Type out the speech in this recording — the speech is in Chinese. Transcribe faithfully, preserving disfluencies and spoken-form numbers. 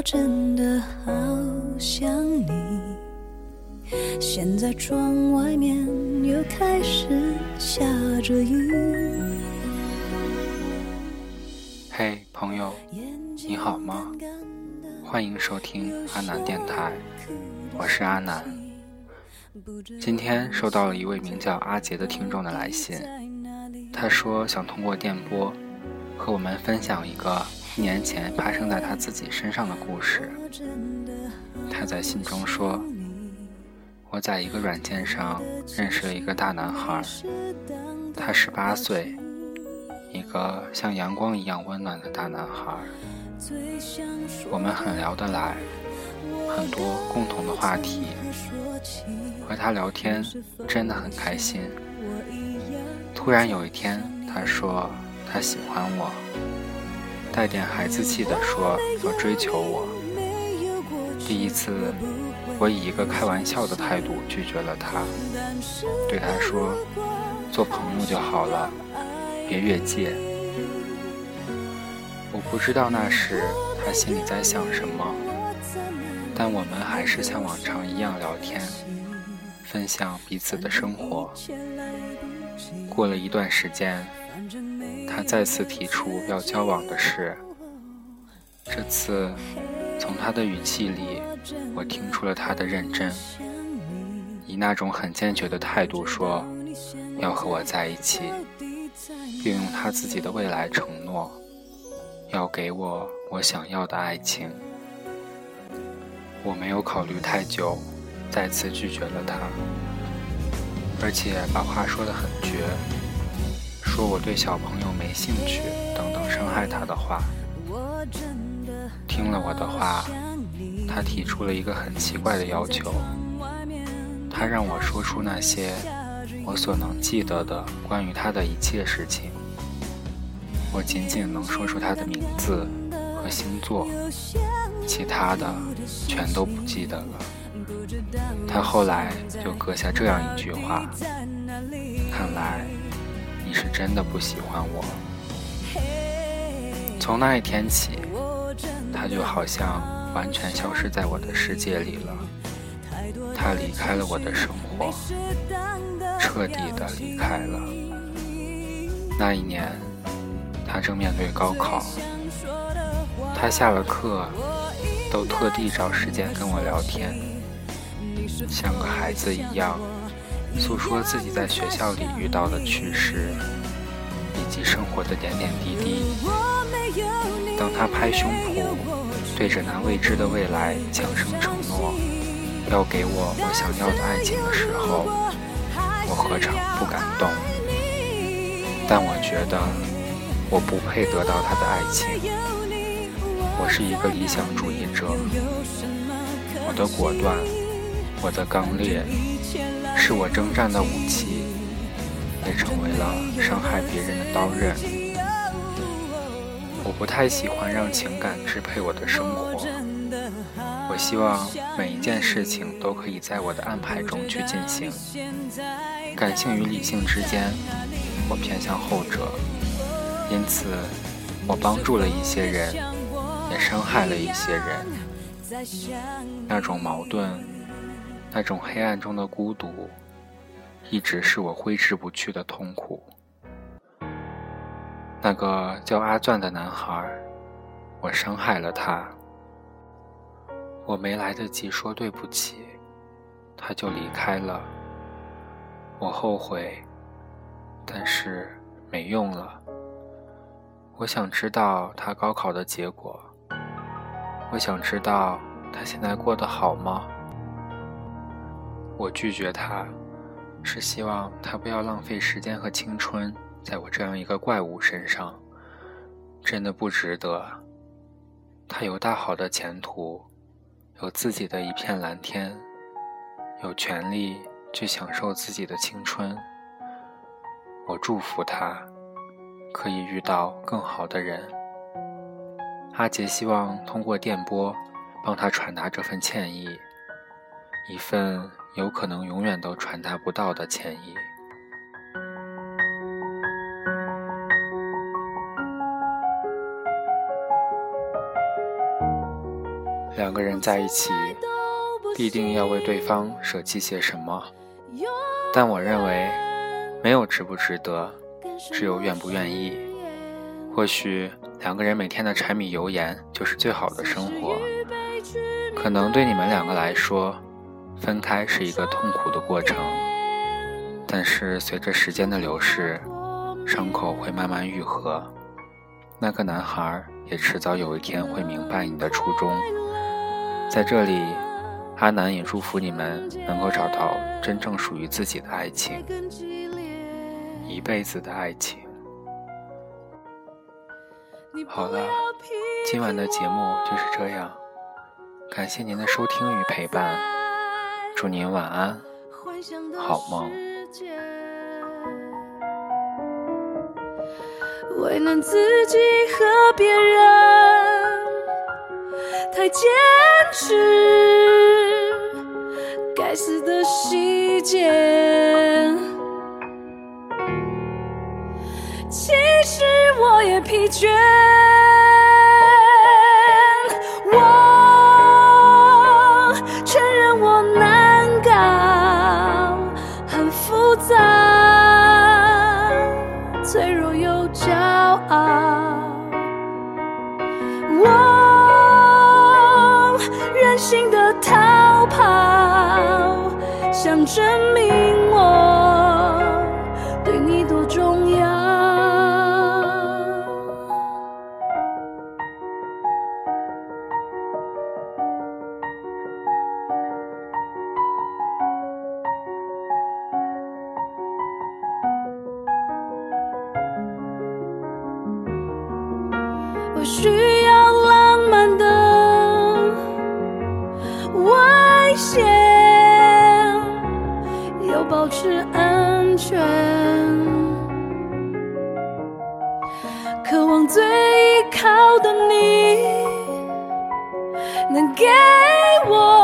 真的好想你，现在窗外面又开始下着雨。 嘿，朋友，你好吗？欢迎收听阿南电台，我是阿南。今天收到了一位名叫阿杰的听众的来信，他说想通过电波和我们分享一个一年前发生在他自己身上的故事。他在信中说，我在一个软件上认识了一个大男孩，他十八岁，一个像阳光一样温暖的大男孩。我们很聊得来，很多共同的话题，和他聊天真的很开心。突然有一天，他说他喜欢我，带点孩子气地说要追求我。第一次，我以一个开玩笑的态度拒绝了他，对他说做朋友就好了，别越界。我不知道那时他心里在想什么，但我们还是像往常一样聊天，分享彼此的生活。过了一段时间，他再次提出要交往的事。这次从他的语气里，我听出了他的认真，以那种很坚决的态度说要和我在一起，并用他自己的未来承诺要给我我想要的爱情。我没有考虑太久，再次拒绝了他，而且把话说得很绝，说我对小朋友没兴趣等等伤害他的话。听了我的话，他提出了一个很奇怪的要求，他让我说出那些我所能记得的关于他的一切事情。我仅仅能说出他的名字和星座，其他的全都不记得了。他后来就搁下这样一句话，看来你是真的不喜欢我。从那一天起，他就好像完全消失在我的世界里了。他离开了我的生活，彻底的离开了。那一年他正面对高考，他下了课都特地找时间跟我聊天，像个孩子一样诉说自己在学校里遇到的趣事以及生活的点点滴滴。当他拍胸脯对着那未知的未来强声承诺要给我我想要的爱情的时候，我何尝不感动。但我觉得我不配得到他的爱情。我是一个理想主义者，我的果断，我的刚烈，是我征战的武器，也成为了伤害别人的刀刃。我不太喜欢让情感支配我的生活，我希望每一件事情都可以在我的安排中去进行。感性与理性之间，我偏向后者，因此我帮助了一些人，也伤害了一些人。那种矛盾，那种黑暗中的孤独，一直是我挥之不去的痛苦。那个叫阿钻的男孩，我伤害了他，我没来得及说对不起，他就离开了。我后悔，但是没用了。我想知道他高考的结果，我想知道他现在过得好吗？我拒绝他，是希望他不要浪费时间和青春在我这样一个怪物身上，真的不值得。他有大好的前途，有自己的一片蓝天，有权利去享受自己的青春。我祝福他可以遇到更好的人。阿杰希望通过电波帮他传达这份歉意，一份有可能永远都传达不到的歉意。 两个人在一起必定要为对方舍弃些什么，但我认为没有值不值得，只有愿不愿意。或许两个人每天的柴米油盐就是最好的生活，可能对你们两个来说，分开是一个痛苦的过程，但是随着时间的流逝，伤口会慢慢愈合。那个男孩也迟早有一天会明白你的初衷。在这里，阿南也祝福你们能够找到真正属于自己的爱情，一辈子的爱情。好了，今晚的节目就是这样，感谢您的收听与陪伴，祝您晚安，好梦。 为难自己和别人太坚持，该死的细节，其实我也疲倦，我承认我难搞，很复杂，脆弱又骄傲，我任性的逃跑，想证明我对你多重要。我需要浪漫的危险，又保持安全，渴望最依靠的你能给我